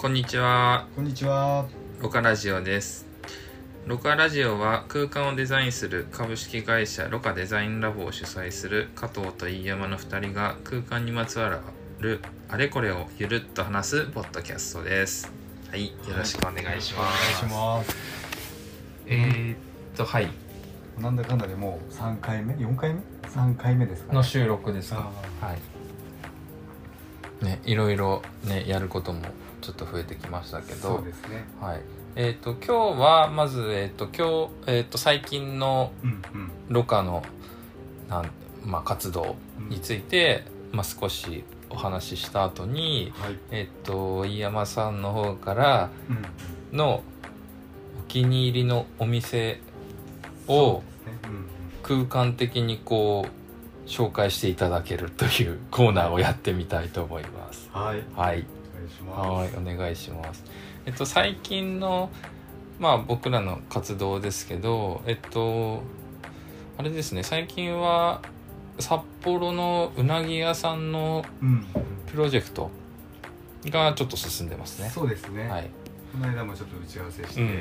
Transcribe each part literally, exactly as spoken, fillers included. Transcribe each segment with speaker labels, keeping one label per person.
Speaker 1: こんにちは。
Speaker 2: こんにちは。
Speaker 1: ロカラジオです。ロカラジオは空間をデザインする株式会社ロカデザインラボを主催する加藤と飯山のふたりが空間にまつわるあれこれをゆるっと話すポッドキャストです。はい、よろしくお願いします。
Speaker 2: お願いします。
Speaker 1: えーっとはい。
Speaker 2: なんだかんだでもうさんかいめ、よんかいめ、さんかいめですかね。
Speaker 1: の収録ですか。はい。ね、いろいろねやることもちょっと増えてきましたけど。
Speaker 2: そうですね。
Speaker 1: はい。えー、と今日はまず、えー、と今日、えー、と最近のロカのなん、まあ、活動について、うんまあ、少しお話しした後に、はいえー、と飯山さんの方からのお気に入りのお店を空間的にこう紹介していただけるというコーナーをやってみたいと思います。
Speaker 2: はい、
Speaker 1: はい、
Speaker 2: はい、
Speaker 1: お願いします。えっと、最近の、まあ、僕らの活動ですけど、えっと、あれですね、最近は札幌のうなぎ屋さんのプロジェクトがちょっと進んでますね。
Speaker 2: そうですね。はい、この間もちょっと打ち合わせして、うんうんうん、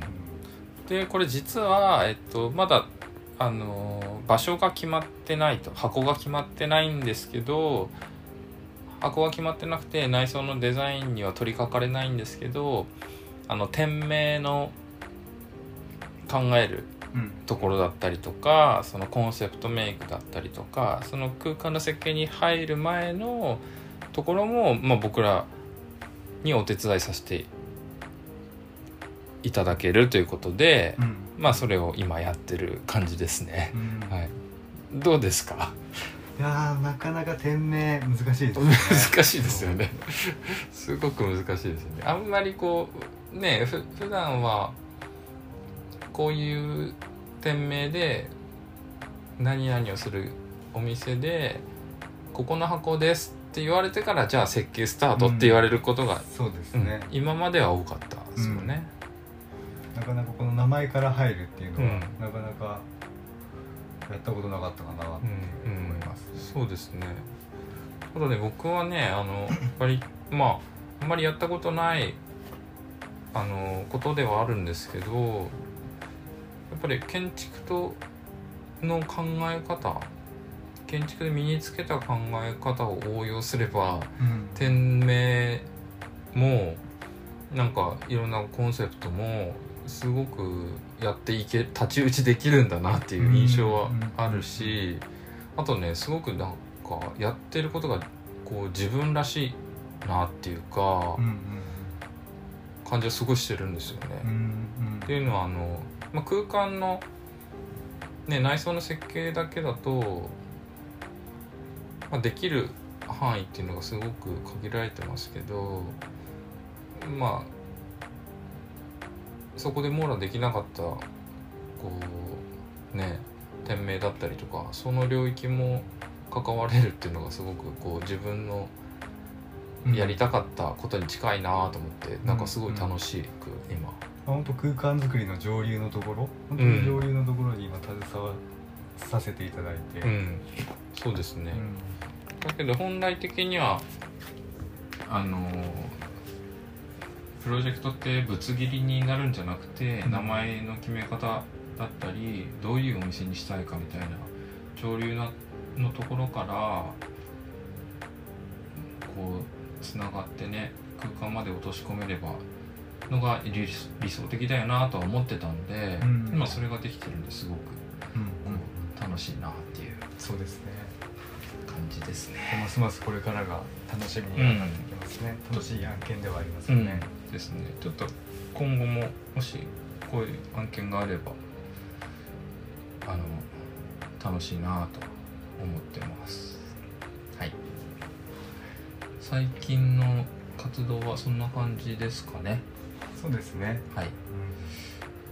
Speaker 1: でこれ実は、えっと、まだあの場所が決まってないと、箱が決まってないんですけど、箱は決まってなくて内装のデザインには取り掛かれないんですけど、あの店名の考えるところだったりとか、うん、そのコンセプトメイクだったりとか、その空間の設計に入る前のところも、まあ、僕らにお手伝いさせていただけるということで、うん、まあそれを今やってる感じですね、うんはい、どうですか？
Speaker 2: いやーなかなか店名難しいですね。
Speaker 1: 難しいですよねすごく難しいですよね。あんまりこうねふ普段はこういう店名で何々をするお店でここの箱ですって言われてからじゃあ設計スタートって言われることが、うん、
Speaker 2: そうですね、
Speaker 1: うん、今までは多かったですよね、
Speaker 2: うん、なかなかこの名前から入るっていうのは、うん、なかなかやったことなかったかなと思います、ね
Speaker 1: うんうん、そうですね。ただね僕はねあのやっぱりまああんまりやったことないあのことではあるんですけど、やっぱり建築との考え方、建築で身につけた考え方を応用すれば、うん、店名もなんかいろんなコンセプトもすごくやっていけ太刀打ちできるんだなっていう印象はあるし、あとねすごくなんかやってることがこう自分らしいなっていうか感じはすごいしてるんですよね。っていうのはあの、まあ、空間の、ね、内装の設計だけだと、まあ、できる範囲っていうのがすごく限られてますけど、まあそこで網羅できなかったこうね店名だったりとか、その領域も関われるっていうのがすごくこう自分のやりたかったことに近いなと思って、うん、なんかすごい楽しく今、
Speaker 2: うんうん、本当空間作りの上流のところ、本当に上流のところに今携わさせていただいて、
Speaker 1: うん、そうですね、うん、だけど本来的にはあのープロジェクトってぶつ切りになるんじゃなくて、名前の決め方だったりどういうお店にしたいかみたいな潮流なのところからこうつながってね空間まで落とし込めればのが理想的だよなとは思ってたんで、うん、今それができてるんですごく、うんうん、楽しいなっていう
Speaker 2: そうですね
Speaker 1: 感じですね。
Speaker 2: ますますこれからが楽しみになってきますね、うん、楽しい案件ではありますよね、
Speaker 1: うん、ですね。ちょっと今後ももしこういう案件があればあの楽しいなと思ってます。はい。最近の活動はそんな感じですかね。
Speaker 2: そうですね。
Speaker 1: はい。うん、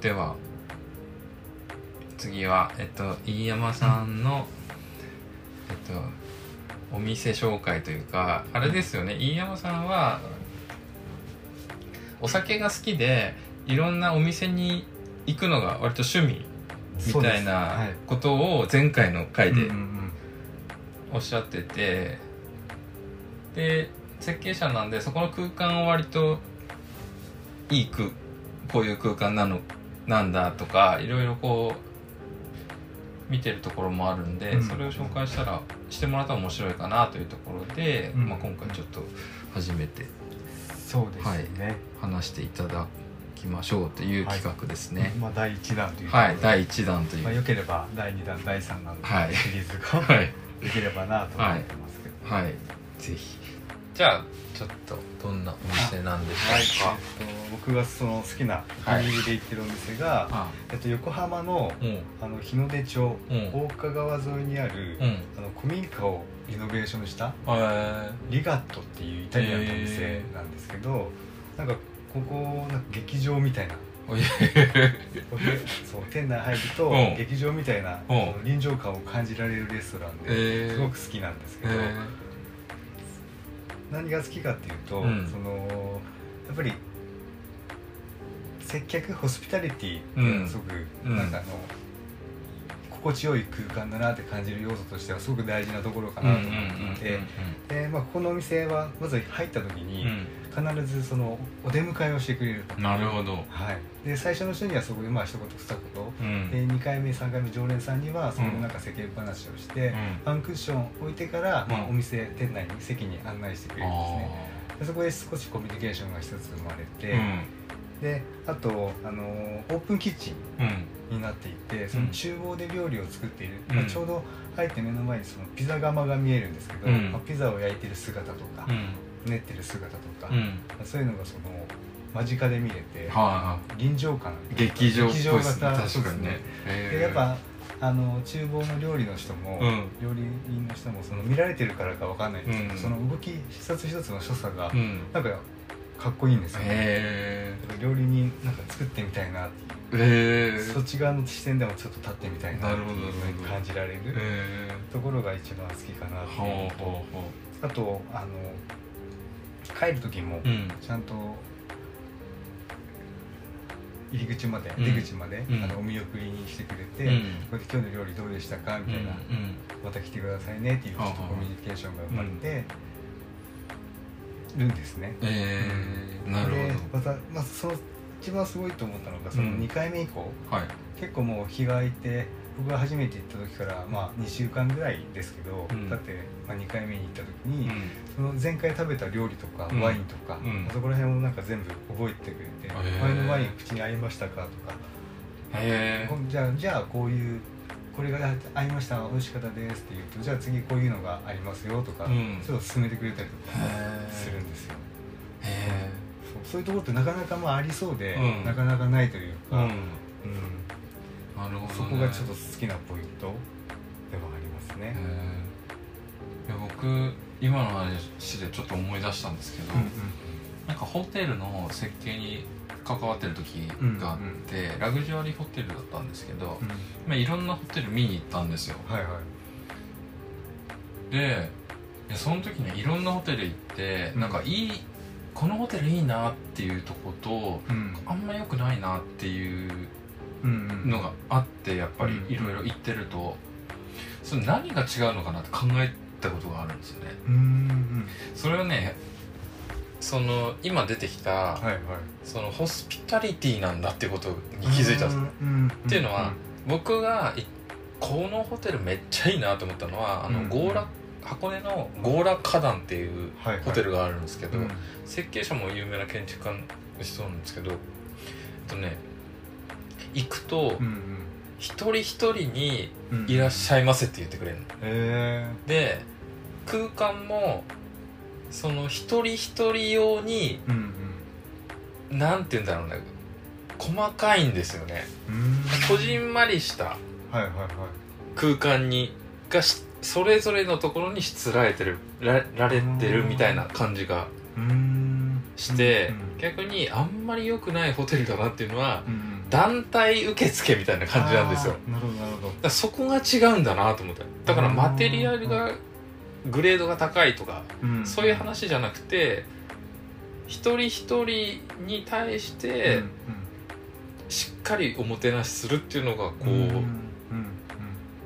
Speaker 1: では次はえっと飯山さんの、うん、えっとお店紹介というかあれですよね。飯山さんはお酒が好きでいろんなお店に行くのが割と趣味みたいなことを前回の回でおっしゃってて、で設計者なんでそこの空間を割といい空こういう空間なのなんだとかいろいろこう見てるところもあるんで、うん、それを紹介したらしてもらったら面白いかなというところで、うんまあ、今回ちょっと初めて、
Speaker 2: そうですね、
Speaker 1: はい、話していただきましょうという企画ですね、
Speaker 2: はいまあ、だいいちだんという
Speaker 1: はいだいいちだんという、
Speaker 2: まあ、よければだいにだんだいさんだんのシリーズが、
Speaker 1: はい、
Speaker 2: できればなと思ってますけど、
Speaker 1: はい、はい、ぜひじゃあちょっとどんなお店なんでしょうか。
Speaker 2: はいえっと、僕がその好きなお気に入りで行ってるお店が、はいえっと、横浜の、うん、あの日の出町、うん、大岡川沿いにある、うん、あの古民家をリノベーションした、リガットっていうイタリアンのお店なんですけど、なんかここなんか劇場みたいなそう店内入ると、うん、劇場みたいな、うん、臨場感を感じられるレストランですごく好きなんですけど、何が好きかっていうと、うん、そのやっぱり接客ホスピタリティっていうのはすごく、うん、なんかあの心地よい空間だなって感じる要素としてはすごく大事なところかなと思っていて、で、まあ、ここのお店はまず入った時に必ずそのお出迎えをしてくれると。
Speaker 1: なるほど、
Speaker 2: はい、で最初の人にはそこでまあ一言二言、うん、でにかいめさんかいめ常連さんにはそのなんか世間話をして、うん、ワンクッション置いてから、まあ、お店店内に席に案内してくれるんですね。でそこで少しコミュニケーションが一つ生まれて、うんであと、あのー、オープンキッチンになっていて、うん、その厨房で料理を作っている、うんまあ、ちょうど入って目の前にそのピザ窯が見えるんですけど、うんまあ、ピザを焼いてる姿とか、うん、練ってる姿とか、うんまあ、そういうのがその間近で見れて、はあ、臨場感
Speaker 1: 劇場っぽいですね。
Speaker 2: 劇場型ですね。でやっぱあの厨房の料理の人も、うん、料理人の人もその見られてるからかわかんないんですけど、うん、その動き一つ一つの所作が、うん、なんかかっこいいんですよね。へー料理人なんか作ってみたいなっていう、へーそっち側の視点でもちょっと立ってみたいなっていうふうに感じられるところが一番好きかなっていうと、あとあの帰る時もちゃんと入り口まで、うん、出口まで、うん、あのお見送りにしてくれて、うん、こうやって今日の料理どうでしたかみたいな、うん、また来てくださいねっていうちょっとコミュニケーションが生まれてるんですね。
Speaker 1: えー、なるほど。で
Speaker 2: また、まあ、その一番すごいと思ったのがそのにかいめ以降、うんはい、結構もう日が空いて僕が初めて行った時から、まあ、にしゅうかんぐらいですけど、うん、だって、まあ、にかいめに行った時に、うん、その前回食べた料理とか、うん、ワインとか、うん、そこら辺をなんか全部覚えてくれて、前のワイン口に合いましたかとか、へじゃあじゃあこういうこれが合いました美味しかったですって言うと、じゃあ次こういうのがありますよとか、うん、ちょっと勧めてくれたりとかするんですよ。へそう、そういうところってなかなかまあありそうで、うん、なかなかないというか、うんうんなるほどね、そこがちょっと好きなポイントではありますね。
Speaker 1: いや僕今の話でちょっと思い出したんですけど、うんうん、なんかホテルの設計に関わってる時があって、うんうん、ラグジュアリーホテルだったんですけど、うんまあ、いろんなホテル見に行ったんですよ。はいはい、でいやその時にいろんなホテル行って、うん、なんかいいこのホテルいいなっていうとこと、うん、あんま良くないなっていうのがあって、やっぱりいろいろ言ってると、それ何が違うのかなって考えたことがあるんですよね。うんうん、それはね、その今出てきた、はいはい、そのホスピタリティなんだっていうことに気づいたんです。っていうのは、僕がこのホテルめっちゃいいなと思ったのは、あの強羅箱根の強羅花壇っていうホテルがあるんですけど、はいはい、設計者も有名な建築家の人なんですけど、えっとね行くと、うんうん、一人一人にいらっしゃいませって言ってくれるの、うん、で空間もその一人一人用に、うんうん、なんて言うんだろうね、細かいんですよね。こじんまりした空間にがそれぞれのところにしつらえてる ら, られてるみたいな感じがして、逆にあんまり良くないホテルだなっていうのは、団体受付みたいな感じなんですよ。
Speaker 2: なるほどなるほど。だ
Speaker 1: からそこが違うんだなと思って、だからマテリアルがグレードが高いとか、そういう話じゃなくて、一人一人に対してしっかりおもてなしするっていうのがこう、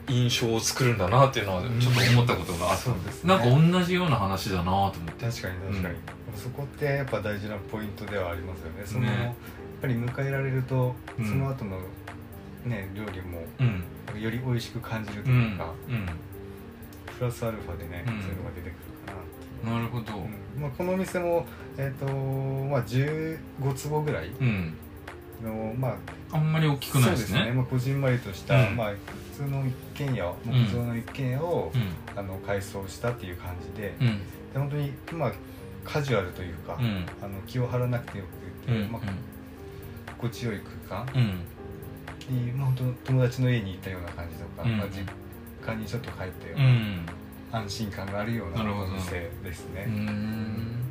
Speaker 1: 印象を作るんだなっていうのはちょっと思ったことがあった、うんですね、なんか同じような話だなと思って。
Speaker 2: 確かに確かに、うん、そこってやっぱ大事なポイントではありますよね。その、ね、やっぱり迎えられると、うん、その後のね料理も、うん、より美味しく感じるというか、うんうん、プラスアルファでね、うん、そういうのが出てくるかなっていう。
Speaker 1: なるほど、
Speaker 2: うんまあ、このお店も、えーとまあ、じゅうごつぼぐらいの、うん、まあ
Speaker 1: あんまり大きくないですね。そうですね、
Speaker 2: まあ、こじんまりとした、うんまあ、普通の一軒家木造の一軒家を、うん、あの改装したっていう感じで、うん、で本当に、まあ、カジュアルというか、うん、あの気を張らなくてよくて、うんまあ、心地よい空間、うんにまあ、本当友達の家に行ったような感じとか、うんまあ、実家にちょっと帰ったような、うん、安心感があるようなお店ですね。うん